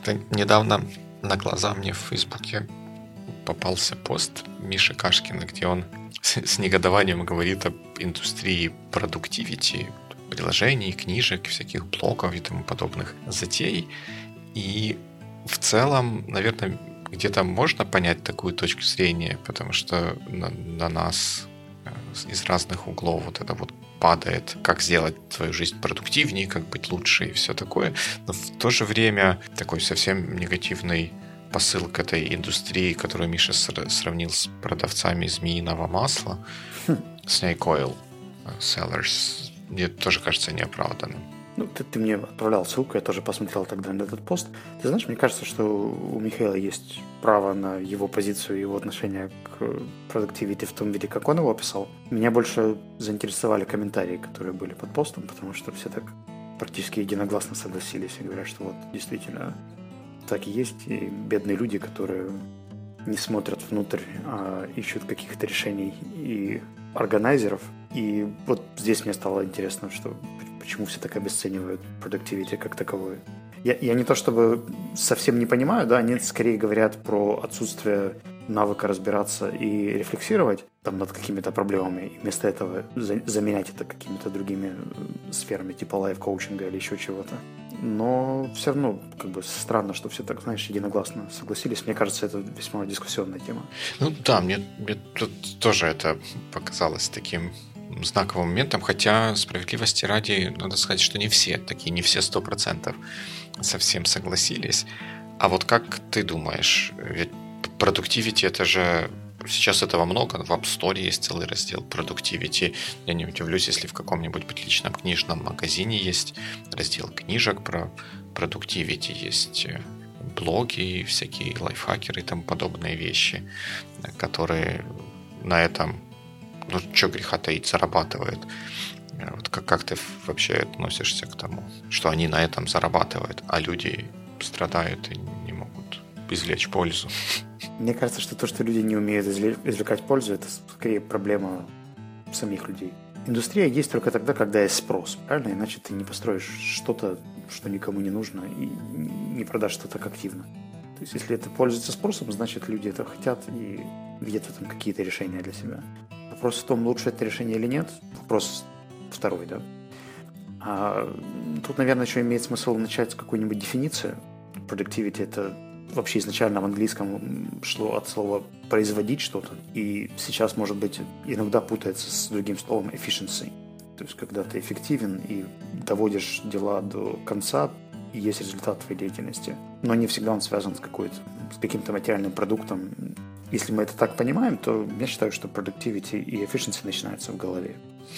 Как-то недавно на глаза мне в Фейсбуке попался пост Миши Кашкина, где он с негодованием говорит об индустрии продуктивити, приложений, книжек, всяких блогов и тому подобных затей. И в целом, наверное, где-то можно понять такую точку зрения, потому что на нас из разных углов вот это вот падает, как сделать твою жизнь продуктивнее, как быть лучше и все такое. Но в то же время такой совсем негативный посыл к этой индустрии, которую Миша сравнил с продавцами змеиного масла, Snake Oil Sellers, мне тоже кажется неоправданным. Ну, ты мне отправлял ссылку, я тоже посмотрел тогда на этот пост. Ты знаешь, мне кажется, что у Михаила есть право на его позицию, его отношение к productivity в том виде, как он его описал. Меня больше заинтересовали комментарии, которые были под постом, потому что все так практически единогласно согласились и говорят, что вот действительно так и есть. И бедные люди, которые не смотрят внутрь, а ищут каких-то решений и органайзеров. И вот здесь мне стало интересно, что почему все так обесценивают productivity как таковое. Я не то чтобы совсем не понимаю, да, они скорее говорят про отсутствие навыка разбираться и рефлексировать там над какими-то проблемами, и вместо этого заменять это какими-то другими сферами, типа лайф-коучинга или еще чего-то. Но все равно как бы странно, что все так, знаешь, единогласно согласились. Мне кажется, это весьма дискуссионная тема. Ну да, мне тут тоже это показалось таким знаковым моментом, хотя справедливости ради, надо сказать, что не все 100% совсем согласились. А вот как ты думаешь, ведь продуктивити это же сейчас этого много, в App Store есть целый раздел продуктивити. Я не удивлюсь, если в каком-нибудь приличном книжном магазине есть раздел книжек про продуктивити, есть блоги, всякие лайфхакеры и тому подобные вещи, которые на этом, ну, что греха таить, зарабатывают. Вот как ты вообще относишься к тому, что они на этом зарабатывают, а люди страдают и не могут извлечь пользу? Мне кажется, что то, что люди не умеют извлекать пользу, это скорее проблема самих людей. Индустрия есть только тогда, когда есть спрос, правильно? Иначе ты не построишь что-то, что никому не нужно, и не продашь что-то так активно. То есть, если это пользуется спросом, значит, люди это хотят и видят в этом какие-то решения для себя. Вопрос в том, лучше это решение или нет. Вопрос второй, да. Тут, наверное, еще имеет смысл начать с какой-нибудь дефиниции. Productivity – это вообще изначально в английском шло от слова «производить что-то», и сейчас, может быть, иногда путается с другим словом «efficiency». То есть, когда ты эффективен и доводишь дела до конца, и есть результат твоей деятельности. Но не всегда он связан с каким-то материальным продуктом. Если мы это так понимаем, то я считаю, что productivity и efficiency начинаются в голове.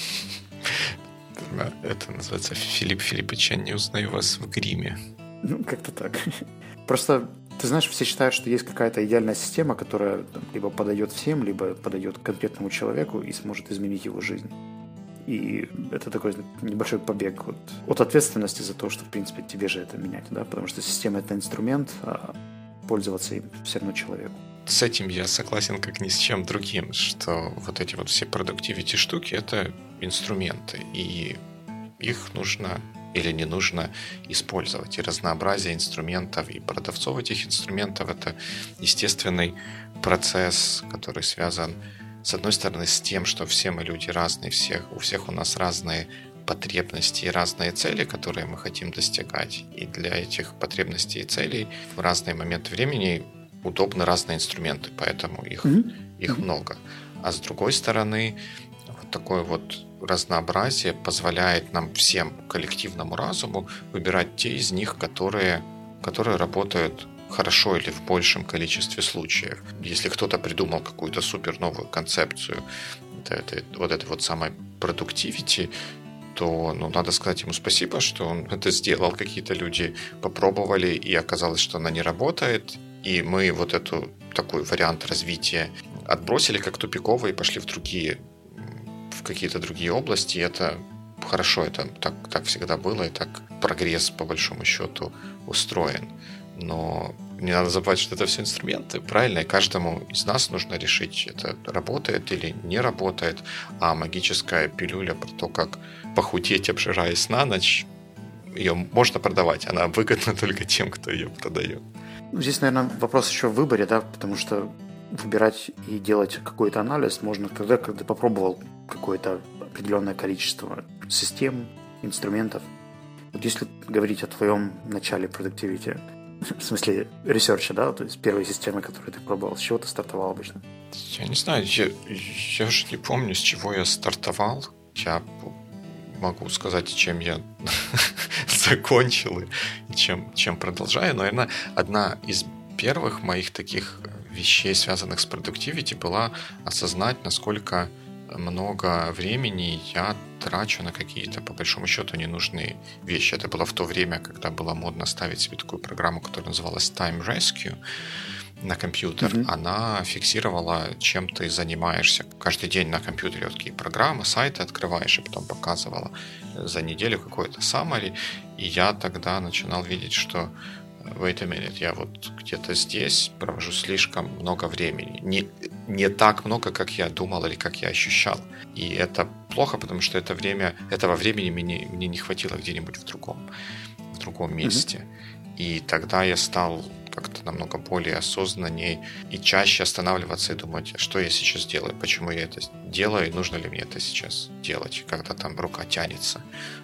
Это называется Филипп Филиппович, я не узнаю вас в гриме. Ну, как-то так. Просто, ты знаешь, все считают, что есть какая-то идеальная система, которая либо подойдет всем, либо подойдет конкретному человеку и сможет изменить его жизнь. И это такой небольшой побег от ответственности за то, что, в принципе, тебе же это менять, да, потому что система – это инструмент, а пользоваться им все равно человеку. С этим я согласен как ни с чем другим, что вот эти вот все продуктивити штуки – это инструменты, и их нужно или не нужно использовать. И разнообразие инструментов и продавцов этих инструментов – это естественный процесс, который связан, с одной стороны, с тем, что все мы люди разные, у всех у нас разные потребности и разные цели, которые мы хотим достигать. И для этих потребностей и целей в разные моменты времени удобны разные инструменты, поэтому их много. А с другой стороны, вот такое вот разнообразие позволяет нам всем, коллективному разуму, выбирать те из них, которые работают хорошо или в большем количестве случаев. Если кто-то придумал какую-то супер новую концепцию этой вот самой продуктивити, то надо сказать ему спасибо, что он это сделал. Какие-то люди попробовали, и оказалось, что она не работает. И мы вот эту такой вариант развития отбросили как тупиковый и пошли в какие-то другие области. И это хорошо, это так всегда было, и так прогресс, по большому счету, устроен. Но не надо забывать, что это все инструменты, правильно? И каждому из нас нужно решить, это работает или не работает. А магическая пилюля про то, как похудеть, обжираясь на ночь, ее можно продавать, она выгодна только тем, кто ее продает. Здесь, наверное, вопрос еще в выборе, да, потому что выбирать и делать какой-то анализ можно тогда, когда попробовал какое-то определенное количество систем, инструментов. Вот если говорить о твоем начале productivity, в смысле ресерча, да, то есть первой системы, которую ты пробовал, с чего ты стартовал обычно? Я не знаю, я уже не помню, с чего я стартовал. Я могу сказать, чем я закончил и чем продолжаю. Наверное, одна из первых моих таких вещей, связанных с productivity, была осознать, насколько много времени я трачу на какие-то, по большому счету, ненужные вещи. Это было в то время, когда было модно ставить себе такую программу, которая называлась Time Rescue на компьютер. Она фиксировала, чем ты занимаешься. Каждый день на компьютере вот такие программы, сайты открываешь, и потом показывала за неделю какое-то summary. И я тогда начинал видеть, что wait a minute, я вот где-то здесь провожу слишком много времени. Не так много, как я думал или как я ощущал. И это плохо, потому что этого времени мне не хватило где-нибудь в другом месте. И тогда я стал как-то намного более осознанней и чаще останавливаться и думать, что я сейчас делаю, почему я это делаю, и нужно ли мне это сейчас делать, когда там рука тянется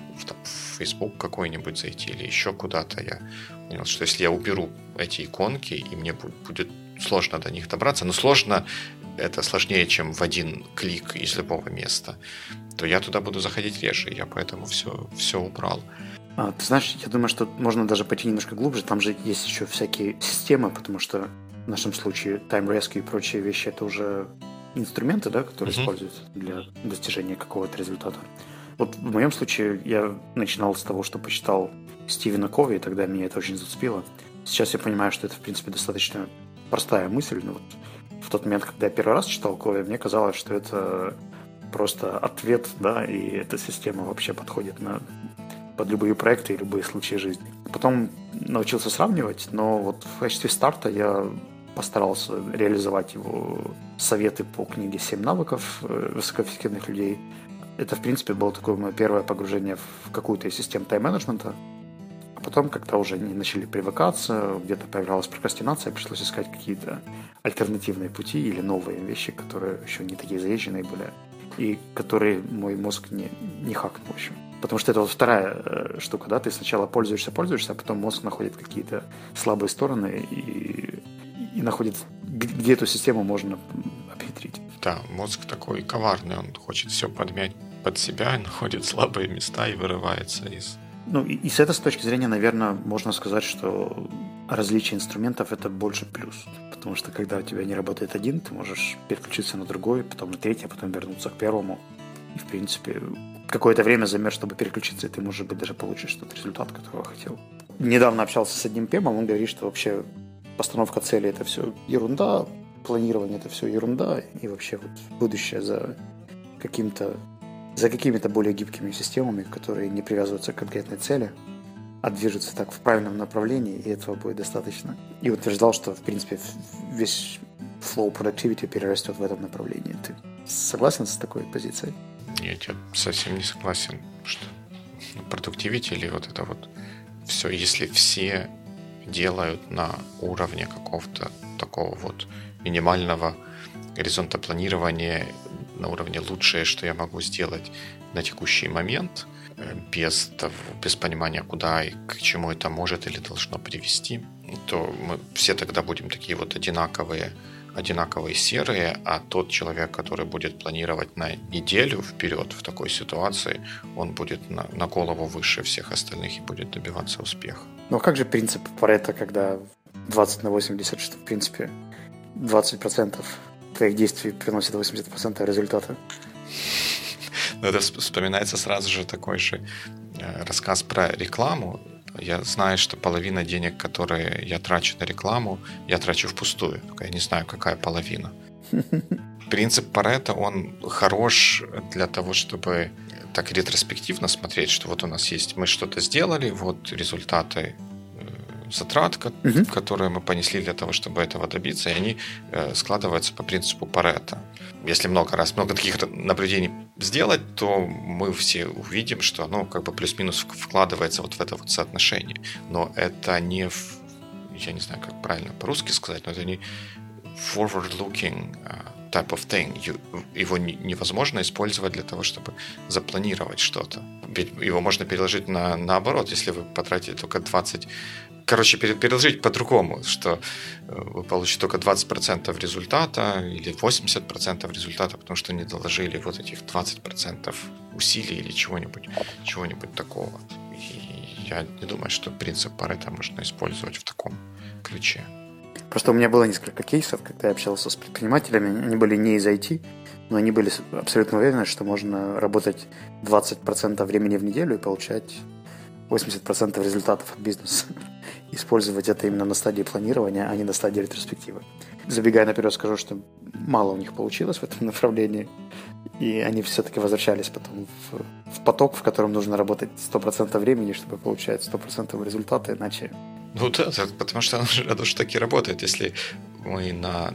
в Facebook какой-нибудь зайти или еще куда-то. Я понял, что если я уберу эти иконки, и мне будет сложно до них добраться, но это сложнее, чем в один клик из любого места, то я туда буду заходить реже. Я поэтому все убрал. Ты знаешь, я думаю, что можно даже пойти немножко глубже. Там же есть еще всякие системы, потому что в нашем случае Time Rescue и прочие вещи — это уже инструменты, да, которые используются для достижения какого-то результата. Вот в моем случае я начинал с того, что почитал Стивена Кови, и тогда меня это очень зацепило. Сейчас я понимаю, что это, в принципе, достаточно простая мысль, но вот в тот момент, когда я первый раз читал Кови, мне казалось, что это просто ответ, да, и эта система вообще подходит под любые проекты и любые случаи жизни. Потом научился сравнивать, но вот в качестве старта я постарался реализовать его советы по книге «7 навыков высокоэффективных людей». Это, в принципе, было такое мое первое погружение в какую-то из систем тайм-менеджмента. А потом, когда уже они начали привыкаться, где-то появлялась прокрастинация, пришлось искать какие-то альтернативные пути или новые вещи, которые еще не такие заезженные были, и которые мой мозг не хакнул еще. Потому что это вот вторая штука, да, ты сначала пользуешься, а потом мозг находит какие-то слабые стороны и находит, где эту систему можно обхитрить. Да, мозг такой коварный, он хочет все подмять под себя, находит слабые места и вырывается из... Ну, и с этой точки зрения, наверное, можно сказать, что различие инструментов — это больше плюс. Потому что когда у тебя не работает один, ты можешь переключиться на другой, потом на третий, а потом вернуться к первому. И, в принципе, какое-то время займешь, чтобы переключиться, и ты, может быть, даже получишь тот результат, которого хотел. Недавно общался с одним пемом, он говорит, что вообще постановка цели — это все ерунда, планирование — это все ерунда, и вообще вот будущее за какими-то более гибкими системами, которые не привязываются к конкретной цели, а движутся так в правильном направлении, и этого будет достаточно. И утверждал, что, в принципе, весь flow productivity перерастет в этом направлении. Ты согласен с такой позицией? Нет, я совсем не согласен, что productivity или вот это вот все, если все делают на уровне какого-то такого вот минимального горизонта планирования, на уровне лучшее, что я могу сделать на текущий момент, без понимания, куда и к чему это может или должно привести, то мы все тогда будем такие вот одинаковые серые, а тот человек, который будет планировать на неделю вперед в такой ситуации, он будет на голову выше всех остальных и будет добиваться успеха. Ну а как же принцип Парето, когда 20/80, что в принципе 20% твоих действий приносит 80% результата? Ну, это вспоминается сразу же такой же рассказ про рекламу. Я знаю, что половина денег, которые я трачу на рекламу, я трачу впустую. Только я не знаю, какая половина. Принцип Парето, он хорош для того, чтобы так ретроспективно смотреть, что вот у нас есть, мы что-то сделали, вот результаты затрат, которые мы понесли для того, чтобы этого добиться, и они складываются по принципу Парето. Если много таких наблюдений сделать, то мы все увидим, что оно как бы плюс-минус вкладывается вот в это вот соотношение. Но это не, я не знаю, как правильно по-русски сказать, но это не forward-looking type of thing. Его невозможно использовать для того, чтобы запланировать что-то. Ведь его можно переложить наоборот, если вы потратите только 20%. Короче, переложить по-другому, что вы получите только 20% результата или 80% результата, потому что не доложили вот этих 20% усилий или чего-нибудь такого. И я не думаю, что принцип Парето можно использовать в таком ключе. Просто у меня было несколько кейсов, когда я общался с предпринимателями, они были не из IT, но они были абсолютно уверены, что можно работать 20% времени в неделю и получать 80% результатов от бизнеса. Использовать это именно на стадии планирования, а не на стадии ретроспективы. Забегая наперед, скажу, что мало у них получилось в этом направлении, и они все-таки возвращались потом в поток, в котором нужно работать 100% времени, чтобы получать 100% результата, иначе... Ну да, потому что оно же так и работает. Если мы на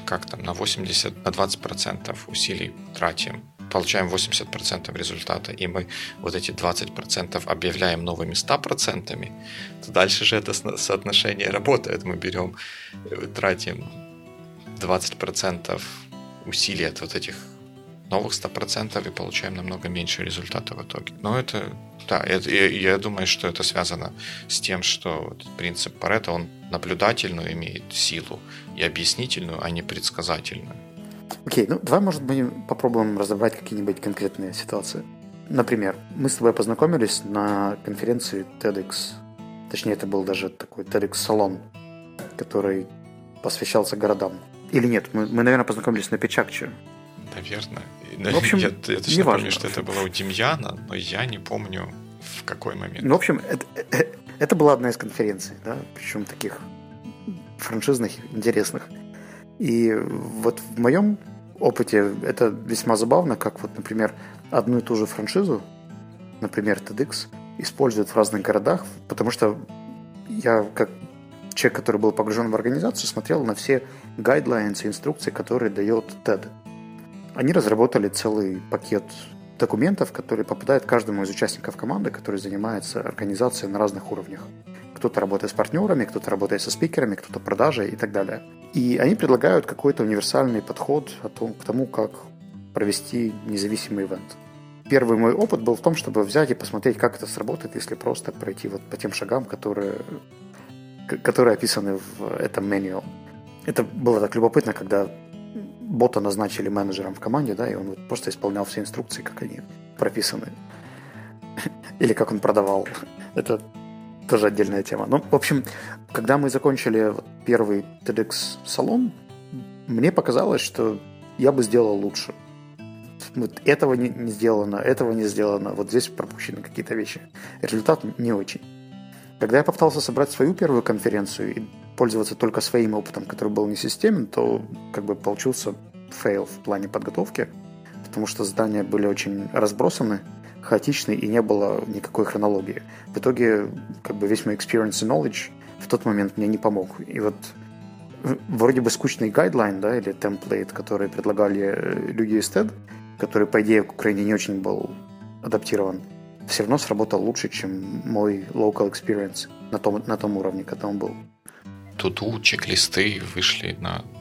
20% усилий тратим, получаем 80% результата, и мы вот эти 20% объявляем новыми 100%, то дальше же это соотношение работает. Мы тратим 20% усилий от вот этих новых 100% и получаем намного меньше результата в итоге. Но это, да, я думаю, что это связано с тем, что принцип Парето, он наблюдательную имеет силу и объяснительную, а не предсказательную. Окей, давай, может быть, попробуем разобрать какие-нибудь конкретные ситуации. Например, мы с тобой познакомились на конференции TEDx. Точнее, это был даже такой TEDx-салон, который посвящался городам. Или нет, мы наверное, познакомились на Печакче. Наверное. В общем, я точно помню, что это было у Демьяна, но я не помню, в какой момент. В общем, это была одна из конференций, да, причем таких франшизных, интересных. И вот в моем опыте это весьма забавно, как вот, например, одну и ту же франшизу, например, TEDx, используют в разных городах, потому что я, как человек, который был погружен в организацию, смотрел на все гайдлайнсы, инструкции, которые дает TED. Они разработали целый пакет документов, которые попадают каждому из участников команды, который занимается организацией на разных уровнях. Кто-то работает с партнерами, кто-то работает со спикерами, кто-то продажей и так далее. И они предлагают какой-то универсальный подход к тому, как провести независимый ивент. Первый мой опыт был в том, чтобы взять и посмотреть, как это сработает, если просто пройти вот по тем шагам, которые описаны в этом меню. Это было так любопытно, когда бота назначили менеджером в команде, да, и он вот просто исполнял все инструкции, как они прописаны. Или как он продавал. Это тоже отдельная тема. Ну, в общем, когда мы закончили первый TEDx-салон, мне показалось, что я бы сделал лучше. Вот этого не сделано, вот здесь пропущены какие-то вещи. Результат не очень. Когда я попытался собрать свою первую конференцию и пользоваться только своим опытом, который был не системен, то как бы получился фейл в плане подготовки, потому что задания были очень разбросаны, хаотичны и не было никакой хронологии. В итоге как бы весь мой experience и knowledge в тот момент мне не помог. И вот вроде бы скучный гайдлайн, да, или темплейт, который предлагали люди из TED, который, по идее, в Украине не очень был адаптирован, все равно сработал лучше, чем мой local experience на том уровне, когда он был. Туду, чек-листы вышли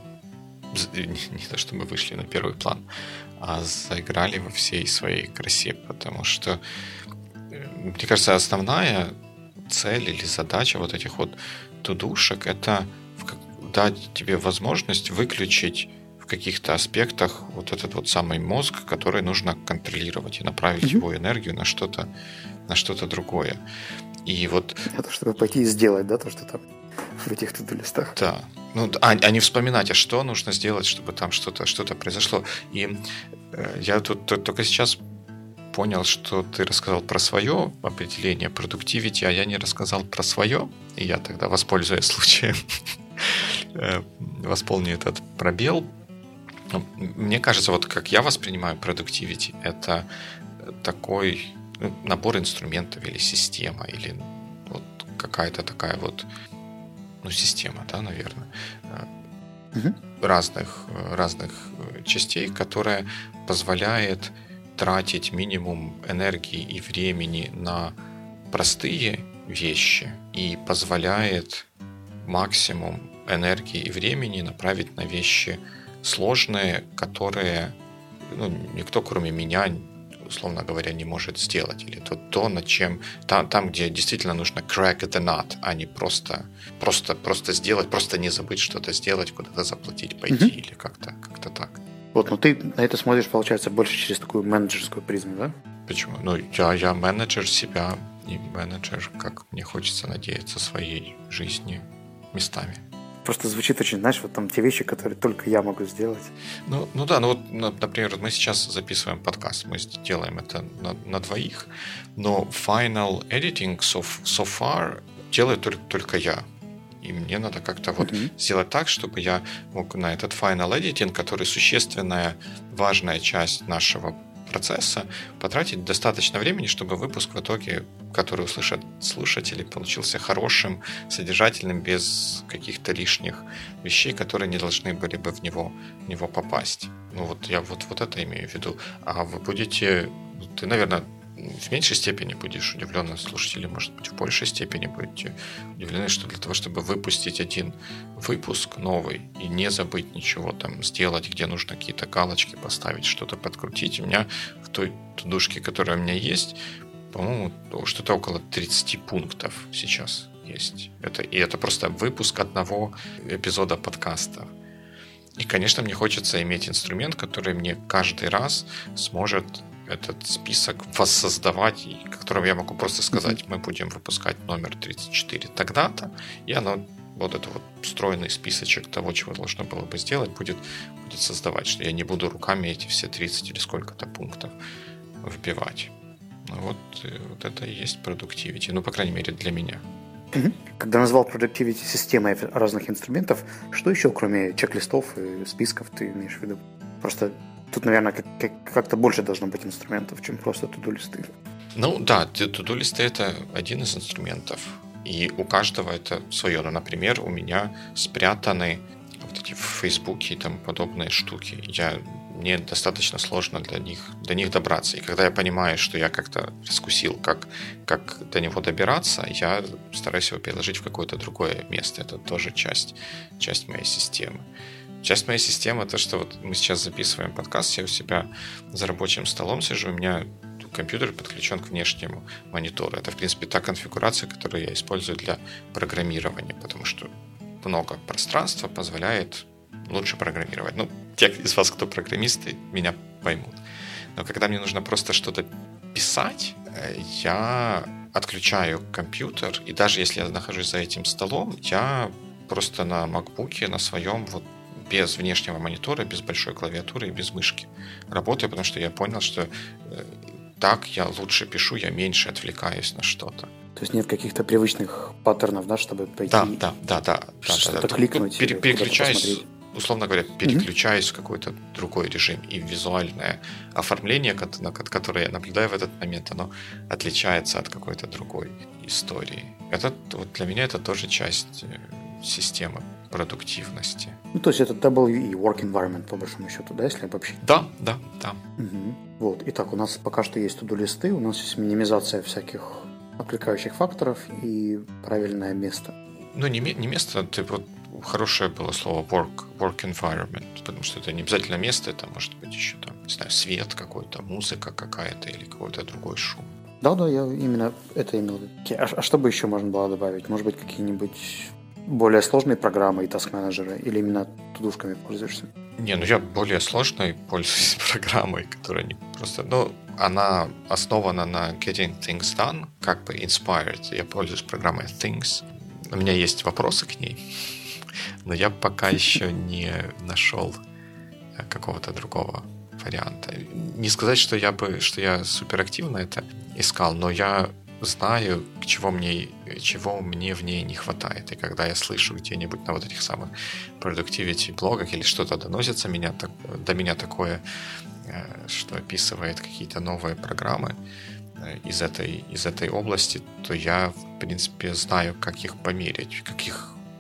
не то чтобы вышли на первый план, а заиграли во всей своей красе, потому что, мне кажется, основная цель или задача вот этих вот тудушек — это дать тебе возможность выключить в каких-то аспектах вот этот вот самый мозг, который нужно контролировать и направить его энергию на что-то другое. И вот... Это чтобы пойти и сделать, да, то, что там в этих туду-листах. Да. Ну, а не вспоминать, а что нужно сделать, чтобы там что-то произошло. И я тут только сейчас понял, что ты рассказал про свое определение productivity, а я не рассказал про свое. И я тогда, воспользуясь случаем, восполню этот пробел. Мне кажется, вот как я воспринимаю productivity, это такой набор инструментов или система, или вот какая-то такая вот система, да, наверное, разных частей, которая позволяет тратить минимум энергии и времени на простые вещи и позволяет максимум энергии и времени направить на вещи сложные, которые никто, кроме меня, условно говоря, не может сделать. Или над чем... Там, где действительно нужно crack the nut, а не просто сделать, просто не забыть что-то сделать, куда-то заплатить, пойти или как-то так. Вот, но ты на это смотришь, получается, больше через такую менеджерскую призму, да? Почему? Я менеджер себя, и менеджер, как мне хочется надеяться, своей жизни местами. Просто звучит очень, знаешь, вот там те вещи, которые только я могу сделать. Например, мы сейчас записываем подкаст, мы делаем это на двоих, но final editing so far делаю только я. И мне надо как-то сделать так, чтобы я мог на этот final editing, который существенная, важная часть нашего процесса, потратить достаточно времени, чтобы выпуск в итоге, который услышат слушатели, получился хорошим, содержательным, без каких-то лишних вещей, которые не должны были бы в него попасть. Я вот это имею в виду. А вы будете... Ты, наверное, в меньшей степени будешь удивлен, слушатели, может быть, в большей степени будете удивлены, что для того, чтобы выпустить один выпуск новый и не забыть ничего там сделать, где нужно какие-то галочки поставить, что-то подкрутить. У меня в той тудушке, которая у меня есть, по-моему, что-то около 30 пунктов сейчас есть. Это просто выпуск одного эпизода подкаста. И, конечно, мне хочется иметь инструмент, который мне каждый раз сможет этот список воссоздавать, и которым я могу просто сказать, мы будем выпускать номер 34 тогда-то, и оно этот встроенный списочек того, чего должно было бы сделать, будет создавать, что я не буду руками эти все 30 или сколько-то пунктов вбивать. Вот это и есть productivity, по крайней мере, для меня. Когда назвал productivity системой разных инструментов, что еще, кроме чек-листов и списков, ты имеешь в виду? Просто тут, наверное, как-то больше должно быть инструментов, чем просто to-do-листы. To-do-листы — это один из инструментов. И у каждого это свое. Например, у меня спрятаны эти в Фейсбуке и тому подобные штуки. Мне достаточно сложно до них добраться. И когда я понимаю, что я как-то раскусил, как до него добираться, я стараюсь его переложить в какое-то другое место. Это тоже часть моей системы. Часть моей системы — то, что мы сейчас записываем подкаст, я у себя за рабочим столом сижу, у меня компьютер подключен к внешнему монитору. Это, в принципе, та конфигурация, которую я использую для программирования, потому что много пространства позволяет лучше программировать. Те из вас, кто программисты, меня поймут. Но когда мне нужно просто что-то писать, я отключаю компьютер, и даже если я нахожусь за этим столом, я просто на MacBook'е, на своем, без внешнего монитора, без большой клавиатуры и без мышки работаю, потому что я понял, что так я лучше пишу, я меньше отвлекаюсь на что-то. То есть нет каких-то привычных паттернов, да, чтобы пойти что-то кликнуть? Переключаюсь, условно говоря, переключаюсь в какой-то другой режим. И визуальное оформление, которое я наблюдаю в этот момент, оно отличается от какой-то другой истории. Для меня это тоже часть системы продуктивности. То есть это WE, work environment, по большому счету, да, если обобщить? Да. Вот, итак, у нас пока что есть to-do-листы, у нас есть минимизация всяких отвлекающих факторов и правильное место. Не место, хорошее было слово work environment, потому что это не обязательно место, это может быть еще свет какой-то, музыка какая-то или какой-то другой шум. Да, я именно это имел в виду. А что бы еще можно было добавить? Может быть, какие-нибудь более сложные программы и таск-менеджеры, или именно тудушками пользуешься? Я более сложной пользуюсь программой, которая не просто... она основана на Getting Things Done, как бы inspired. Я пользуюсь программой Things. У меня есть вопросы к ней, но я пока еще не нашел какого-то другого варианта. Не сказать, что я суперактивно это искал, но я знаю, чего мне в ней не хватает. И когда я слышу где-нибудь на этих самых productivity блогах или что-то доносится до меня такое, что описывает какие-то новые программы из этой области, то я, в принципе, знаю, как их померить, как их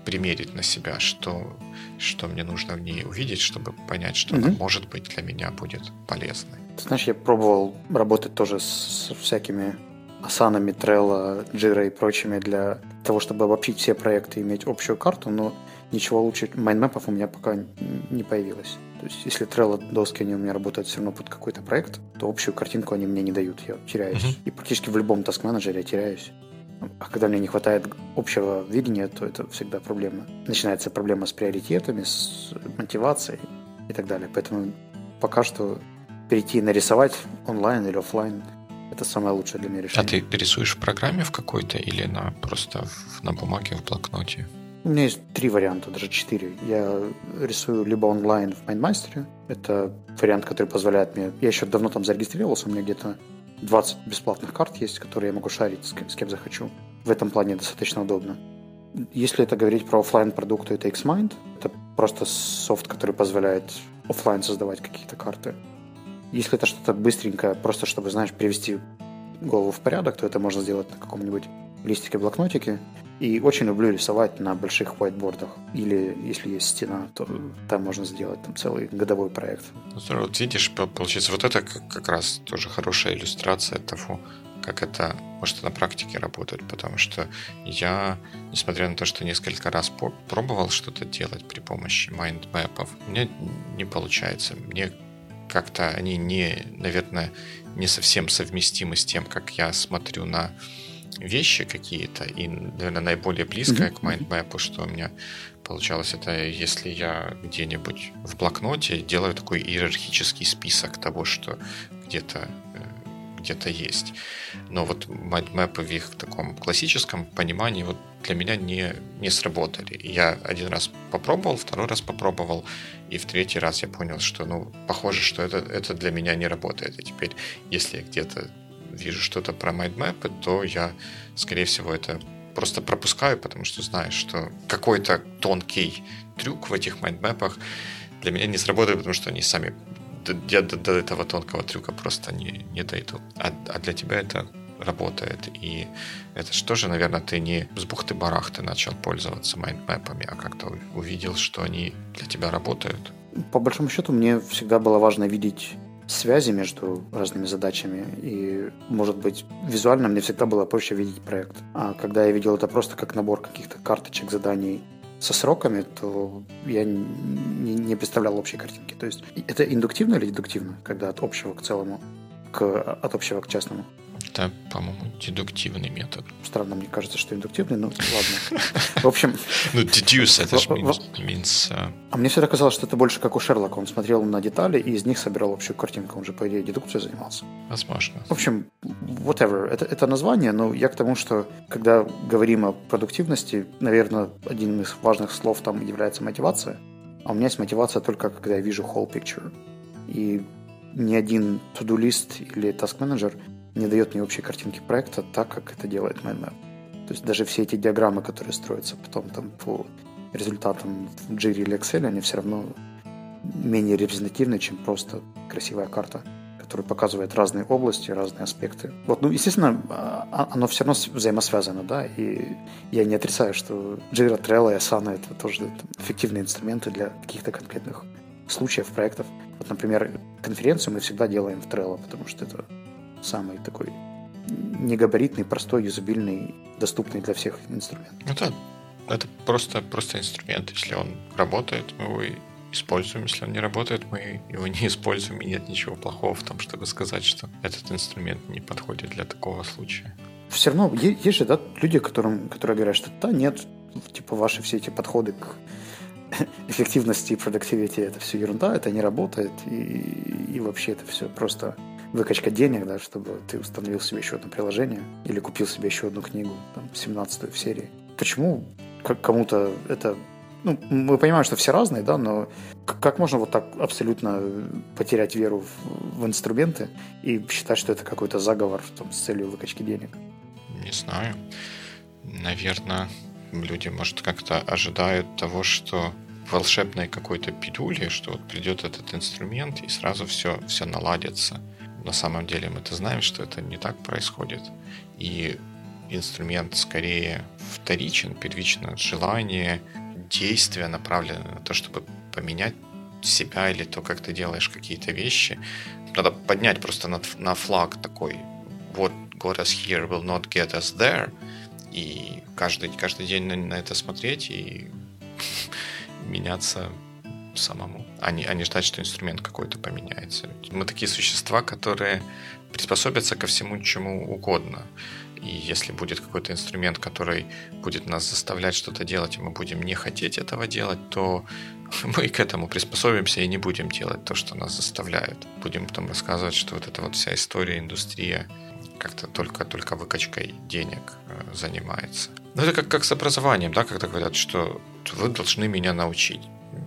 примерить на себя, что мне нужно в ней увидеть, чтобы понять, что она, может быть, для меня будет полезной. Ты знаешь, я пробовал работать тоже с всякими Асанами, Trello, Jira и прочими для того, чтобы обобщить все проекты и иметь общую карту, но ничего лучше майндмэпов у меня пока не появилось. То есть, если Trello доски, они у меня работают все равно под какой-то проект, то общую картинку они мне не дают, я теряюсь. И практически в любом таск-менеджере я теряюсь. А когда мне не хватает общего видения, то это всегда проблема. Начинается проблема с приоритетами, с мотивацией и так далее. Поэтому пока что перейти нарисовать онлайн или офлайн — это самое лучшее для меня решение. А ты рисуешь в программе в какой-то или просто на бумаге, в блокноте? У меня есть 3 варианта, даже 4. Я рисую либо онлайн в MindMaster. Это вариант, который позволяет мне... Я еще давно там зарегистрировался, у меня где-то 20 бесплатных карт есть, которые я могу шарить с кем захочу. В этом плане достаточно удобно. Если это говорить про офлайн продукты, это Xmind. Это просто софт, который позволяет офлайн создавать какие-то карты. Если это что-то быстренькое, просто чтобы, знаешь, привести голову в порядок, то это можно сделать на каком-нибудь листике-блокнотике. И очень люблю рисовать на больших whiteboardах. Или, если есть стена, то там можно сделать там целый годовой проект. Здорово. Вот видишь, получается, вот это как раз тоже хорошая иллюстрация того, как это может на практике работать. Потому что я, несмотря на то, что несколько раз пробовал что-то делать при помощи майндмэпов, у меня не получается. Мне как-то они наверное, не совсем совместимы с тем, как я смотрю на вещи какие-то, и, наверное, наиболее близкое к майндмэпу, что у меня получалось, это если я где-нибудь в блокноте делаю такой иерархический список того, что где-то есть. Но вот майндмэпы в их таком классическом понимании вот для меня не сработали. Я один раз попробовал, второй раз попробовал, и в третий раз я понял, что, похоже, что это для меня не работает. И теперь, если я где-то вижу что-то про майндмэпы, то я, скорее всего, это просто пропускаю, потому что знаю, что какой-то тонкий трюк в этих майндмэпах для меня не сработает, потому что они сами до этого тонкого трюка просто не дойдут. А для тебя это работает. И это же тоже, наверное, ты не с бухты-барахты начал пользоваться майндмэпами, а как-то увидел, что они для тебя работают. По большому счету, мне всегда было важно видеть связи между разными задачами, и, может быть, визуально мне всегда было проще видеть проект. А когда я видел это просто как набор каких-то карточек, заданий со сроками, то я не представлял общей картинки. То есть это индуктивно или дедуктивно, когда от общего к целому, от общего к частному? Это, по-моему, дедуктивный метод. Странно, мне кажется, что индуктивный, но ладно. В общем... deduce, это же means... А мне всегда казалось, что это больше как у Шерлока. Он смотрел на детали и из них собирал общую картинку. Он же, по идее, дедукцией занимался. Возможно. В общем, whatever. Это название, но я к тому, что когда говорим о продуктивности, наверное, один из важных слов там является мотивация. А у меня есть мотивация только когда я вижу whole picture. И ни один to-do-лист или task-менеджер не дает мне общей картинки проекта так, как это делает MindMap. То есть даже все эти диаграммы, которые строятся потом там по результатам в Jira или Excel, они все равно менее репрезентативны, чем просто красивая карта, которая показывает разные области, разные аспекты. Вот, естественно, оно все равно взаимосвязано, да, и я не отрицаю, что Jira, Trello и Asana — это тоже эффективные инструменты для каких-то конкретных случаев, проектов. Вот, например, конференцию мы всегда делаем в Trello, потому что это самый такой негабаритный, простой, юзабильный, доступный для всех инструмент. Это просто инструмент. Если он работает, мы его используем. Если он не работает, мы его не используем. И нет ничего плохого в том, чтобы сказать, что этот инструмент не подходит для такого случая. Все равно есть же, да, люди, которые говорят, что да, нет, типа ваши все эти подходы к эффективности и продуктивити — это все ерунда, это не работает, и вообще это все просто выкачка денег, да, чтобы ты установил себе еще одно приложение или купил себе еще одну книгу, там, 17-ю в серии. Почему кому-то это... мы понимаем, что все разные, да, но как можно вот так абсолютно потерять веру в инструменты и считать, что это какой-то заговор там, с целью выкачки денег? Не знаю. Наверное, люди, может, как-то ожидают того, что волшебной какой-то пилюли, что вот придет этот инструмент и сразу все наладится. На самом деле мы-то знаем, что это не так происходит. И инструмент скорее вторичен, первично желание, действие направлено на то, чтобы поменять себя или то, как ты делаешь какие-то вещи. Надо поднять просто на флаг такой what got us here will not get us there, и каждый день на это смотреть и меняться самому, а не ждать, что инструмент какой-то поменяется. Мы такие существа, которые приспособятся ко всему, чему угодно. И если будет какой-то инструмент, который будет нас заставлять что-то делать, и мы будем не хотеть этого делать, то мы к этому приспособимся и не будем делать то, что нас заставляют. Будем потом рассказывать, что вот эта вот вся история, индустрия как-то только выкачкой денег занимается. Ну, это как с образованием, да, когда говорят, что вы должны меня научить.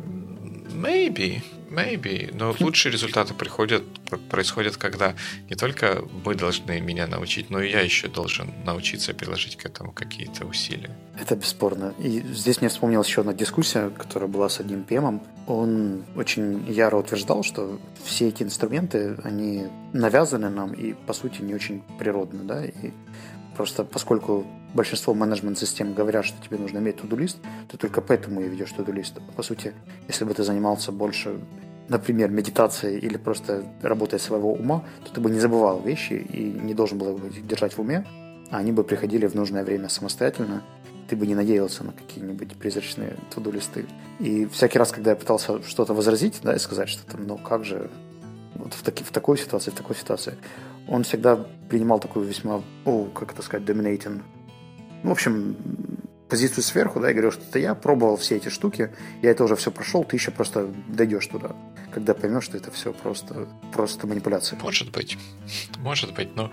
Maybe, но лучшие результаты происходят, когда не только вы должны меня научить, но и я еще должен научиться приложить к этому какие-то усилия. Это бесспорно. И здесь мне вспомнилась еще одна дискуссия, которая была с одним ПМом. Он очень яро утверждал, что все эти инструменты, они навязаны нам и, по сути, не очень природны, да, и просто поскольку большинство менеджмент-систем говорят, что тебе нужно иметь to-do-лист, ты только поэтому и ведешь to-do-лист. По сути, если бы ты занимался больше, например, медитацией или просто работой своего ума, то ты бы не забывал вещи и не должен был их держать в уме, а они бы приходили в нужное время самостоятельно. Ты бы не надеялся на какие-нибудь призрачные to-do-листы. И всякий раз, когда я пытался что-то возразить, да, и сказать, что там, ну как же, вот в такой ситуации, он всегда принимал такую весьма, как это сказать, dominating, в общем, позицию сверху, да, и говорил, что я пробовал все эти штуки, я это уже все прошел, ты еще просто дойдешь туда, когда поймешь, что это все просто манипуляция. Может быть, но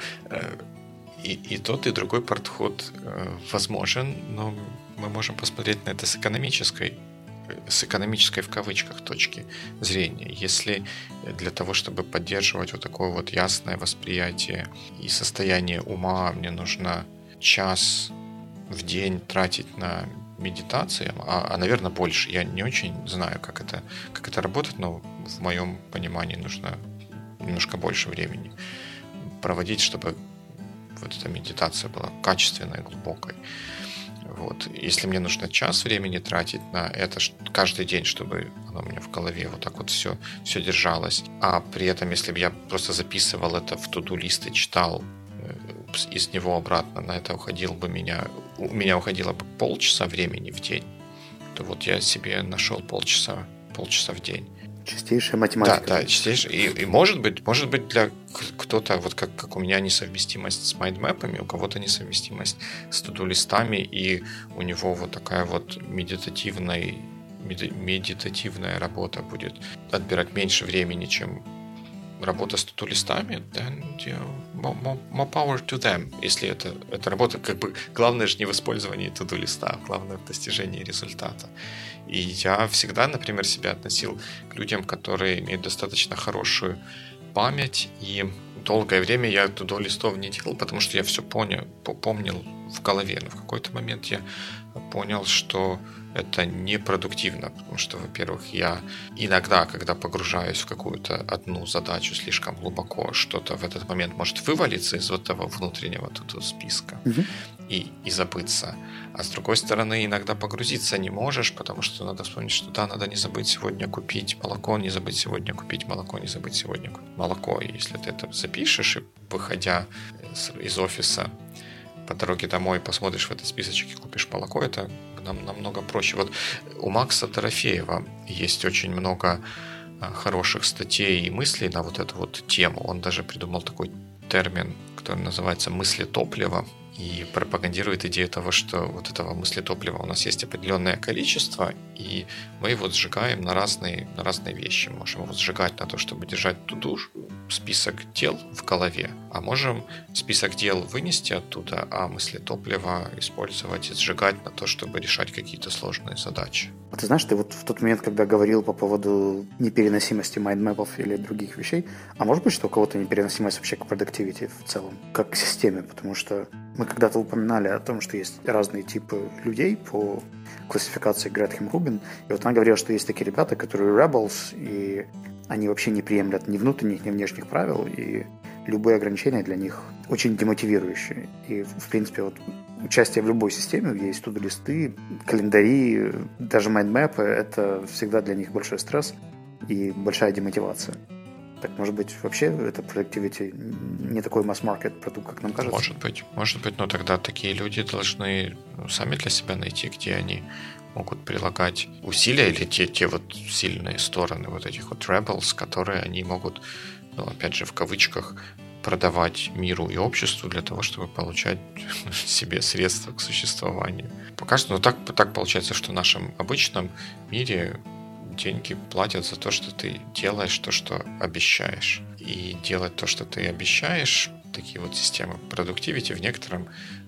и тот, и другой подход возможен, но мы можем посмотреть на это с экономической в кавычках точки зрения. Если для того, чтобы поддерживать вот такое вот ясное восприятие и состояние ума, мне нужно час в день тратить на медитации, наверное, больше. Я не очень знаю, как это работает, но в моем понимании нужно немножко больше времени проводить, чтобы вот эта медитация была качественной, глубокой. Вот. Если мне нужно час времени тратить на это каждый день, чтобы оно у меня в голове вот так вот все держалось, а при этом, если бы я просто записывал это в to-do-лист и читал из него обратно, на это у меня уходило бы полчаса времени в день, то вот я себе нашел полчаса в день. Чистейшая математика. Да, чистейшая. И может быть для кто-то, вот как у меня несовместимость с майндмэпами, у кого-то несовместимость с туду-листами, и у него вот такая вот медитативная работа будет отбирать меньше времени, чем работа с туду-листами, then more power to them. Если это работа, как бы главное же не в использовании туду-листа, главное в достижении результата. И я всегда, например, себя относил к людям, которые имеют достаточно хорошую память, и долгое время я туду-листов не делал, потому что я все помнил в голове. Но в какой-то момент я понял, что это непродуктивно, потому что, во-первых, я иногда, когда погружаюсь в какую-то одну задачу слишком глубоко, что-то в этот момент может вывалиться из вот этого внутреннего тут списка и забыться. А с другой стороны, иногда погрузиться не можешь, потому что надо вспомнить, что да, надо не забыть сегодня купить молоко, не забыть сегодня купить молоко, не забыть сегодня купить молоко. И если ты это запишешь, и выходя из офиса по дороге домой посмотришь в этот списочек и купишь молоко, это намного проще. Вот у Макса Дорофеева есть очень много хороших статей и мыслей на вот эту вот тему. Он даже придумал такой термин, который называется мыслетопливо, и пропагандирует идею того, что вот этого мыслетоплива у нас есть определенное количество, и мы его сжигаем на разные вещи. Можем его сжигать на то, чтобы держать туду, список дел в голове, а можем список дел вынести оттуда, а мыслетопливо использовать и сжигать на то, чтобы решать какие-то сложные задачи. А ты знаешь, ты вот в тот момент, когда говорил по поводу непереносимости майндмэпов или других вещей, а может быть, что у кого-то непереносимость вообще к продуктивити в целом, как к системе, потому что мы когда-то упоминали о том, что есть разные типы людей по классификации Гретхен Рубин, и вот она говорила, что есть такие ребята, которые rebels, и они вообще не приемлят ни внутренних, ни внешних правил, и любые ограничения для них очень демотивирующие. И, в принципе, вот участие в любой системе, где есть туду-листы, календари, даже майндмэпы, это всегда для них большой стресс и большая демотивация. Так, может быть, вообще это productivity не такой масс-маркет продукт, как нам кажется? Может быть, но тогда такие люди должны сами для себя найти, где они могут прилагать усилия или те вот сильные стороны вот этих вот rebels, которые они могут, ну, опять же, в кавычках, продавать миру и обществу для того, чтобы получать себе средства к существованию. Пока что, ну, так получается, что в нашем обычном мире деньги платят за то, что ты делаешь то, что обещаешь. И делать то, что ты обещаешь, такие вот системы productivity в некотором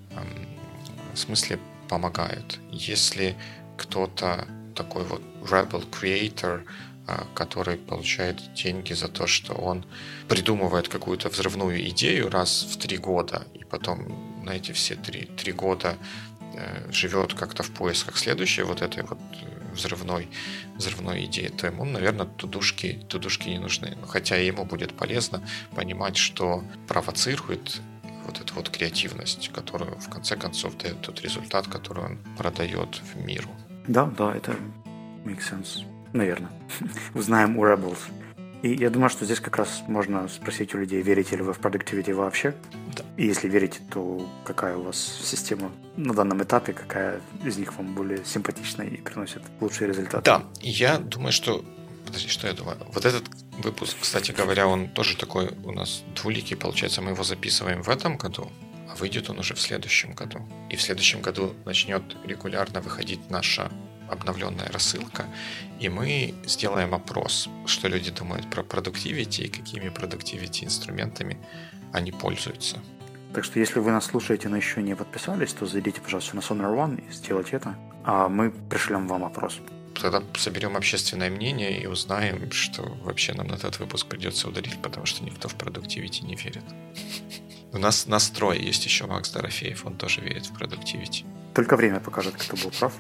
смысле помогают. Если кто-то такой вот rebel creator, который получает деньги за то, что он придумывает какую-то взрывную идею раз в 3 года, и потом на эти все 3 года живет как-то в поисках следующей вот этой вот взрывной идеи, то ему, наверное, тудушки не нужны. Хотя ему будет полезно понимать, что провоцирует вот эту вот креативность, которую в конце концов дает тот результат, который он продает в миру. Да, это makes sense. Наверное. Узнаем у Rebels. И я думаю, что здесь как раз можно спросить у людей, верите ли вы в productivity вообще? Да. И если верите, то какая у вас система на данном этапе, какая из них вам более симпатична и приносит лучшие результаты? Да, я думаю, что... Подожди, что я думаю? Вот этот выпуск, кстати говоря, он тоже такой у нас двуликий, получается, мы его записываем в этом году, а выйдет он уже в следующем году. И в следующем году начнет регулярно выходить наша обновленная рассылка, и мы сделаем опрос, что люди думают про productivity и какими productivity инструментами они пользуются. Так что если вы нас слушаете, но еще не подписались, то зайдите, пожалуйста, на Sonar One и сделайте это, а мы пришлем вам опрос. Тогда соберем общественное мнение и узнаем, что вообще нам на этот выпуск придется удалить, потому что никто в productivity не верит. У нас настрой есть еще Макс Дорофеев, он тоже верит в productivity. Только время покажет, кто был прав.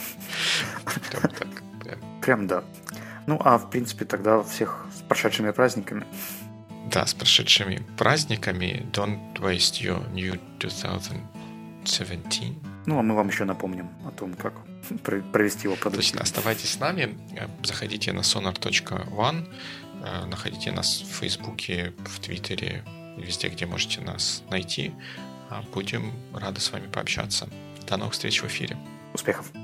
Прям так. Прям да. Ну, а в принципе тогда всех с прошедшими праздниками. Да, с прошедшими праздниками. Don't waste your new 2017. Ну, а мы вам еще напомним о том, как провести его продуктивно. Точно, оставайтесь с нами. Заходите на sonar.one. Находите нас в Фейсбуке, в Твиттере, везде, где можете нас найти. Будем рады с вами пообщаться. До новых встреч в эфире. Успехов!